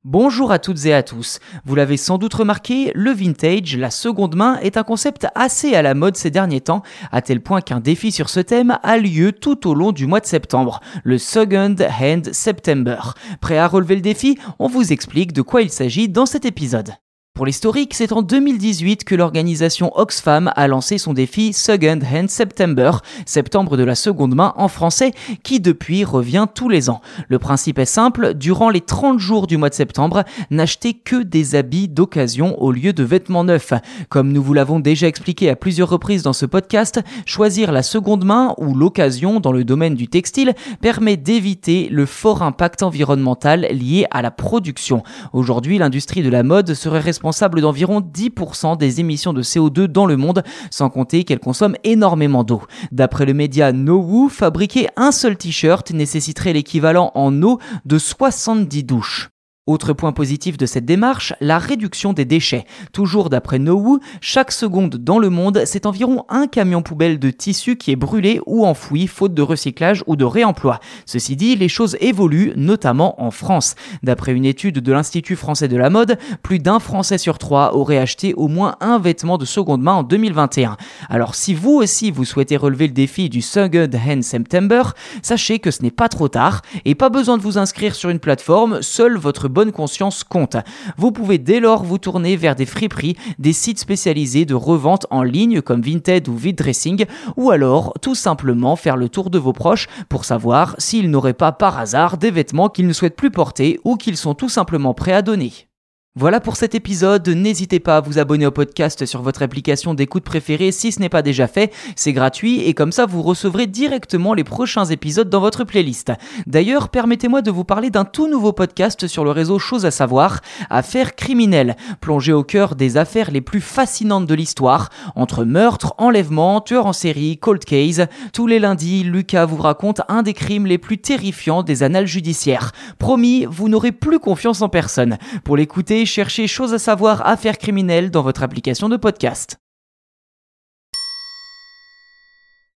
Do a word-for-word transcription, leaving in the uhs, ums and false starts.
Bonjour à toutes et à tous. Vous l'avez sans doute remarqué, le vintage, la seconde main, est un concept assez à la mode ces derniers temps, à tel point qu'un défi sur ce thème a lieu tout au long du mois de septembre, le Second Hand September. Prêt à relever le défi? On vous explique de quoi il s'agit dans cet épisode. Pour l'historique, c'est en deux mille dix-huit que l'organisation Oxfam a lancé son défi Second Hand September, septembre de la seconde main en français, qui depuis revient tous les ans. Le principe est simple, durant les trente jours du mois de septembre, n'achetez que des habits d'occasion au lieu de vêtements neufs. Comme nous vous l'avons déjà expliqué à plusieurs reprises dans ce podcast, choisir la seconde main ou l'occasion dans le domaine du textile permet d'éviter le fort impact environnemental lié à la production. Aujourd'hui, l'industrie de la mode serait responsable responsable d'environ dix pour cent des émissions de C O deux dans le monde, sans compter qu'elle consomme énormément d'eau. D'après le média Nowoo, fabriquer un seul t-shirt nécessiterait l'équivalent en eau de soixante-dix douches. Autre point positif de cette démarche, la réduction des déchets. Toujours d'après Nowoo, chaque seconde dans le monde, c'est environ un camion poubelle de tissu qui est brûlé ou enfoui faute de recyclage ou de réemploi. Ceci dit, les choses évoluent, notamment en France. D'après une étude de l'Institut français de la mode, plus d'un Français sur trois aurait acheté au moins un vêtement de seconde main en deux mille vingt et un. Alors si vous aussi vous souhaitez relever le défi du Second Hand September, sachez que ce n'est pas trop tard et pas besoin de vous inscrire sur une plateforme, seul votre bonne conscience compte. Vous pouvez dès lors vous tourner vers des friperies, des sites spécialisés de revente en ligne comme Vinted ou Vitdressing, ou alors tout simplement faire le tour de vos proches pour savoir s'ils n'auraient pas par hasard des vêtements qu'ils ne souhaitent plus porter ou qu'ils sont tout simplement prêts à donner. Voilà pour cet épisode, n'hésitez pas à vous abonner au podcast sur votre application d'écoute préférée si ce n'est pas déjà fait, c'est gratuit et comme ça vous recevrez directement les prochains épisodes dans votre playlist. D'ailleurs, permettez-moi de vous parler d'un tout nouveau podcast sur le réseau Chose à savoir, Affaires criminelles, plongé au cœur des affaires les plus fascinantes de l'histoire, entre meurtres, enlèvements, tueurs en série, cold case. Tous les lundis, Lucas vous raconte un des crimes les plus terrifiants des annales judiciaires. Promis, vous n'aurez plus confiance en personne. Pour l'écouter, cherchez Chose à savoir, Affaires criminelles dans votre application de podcast.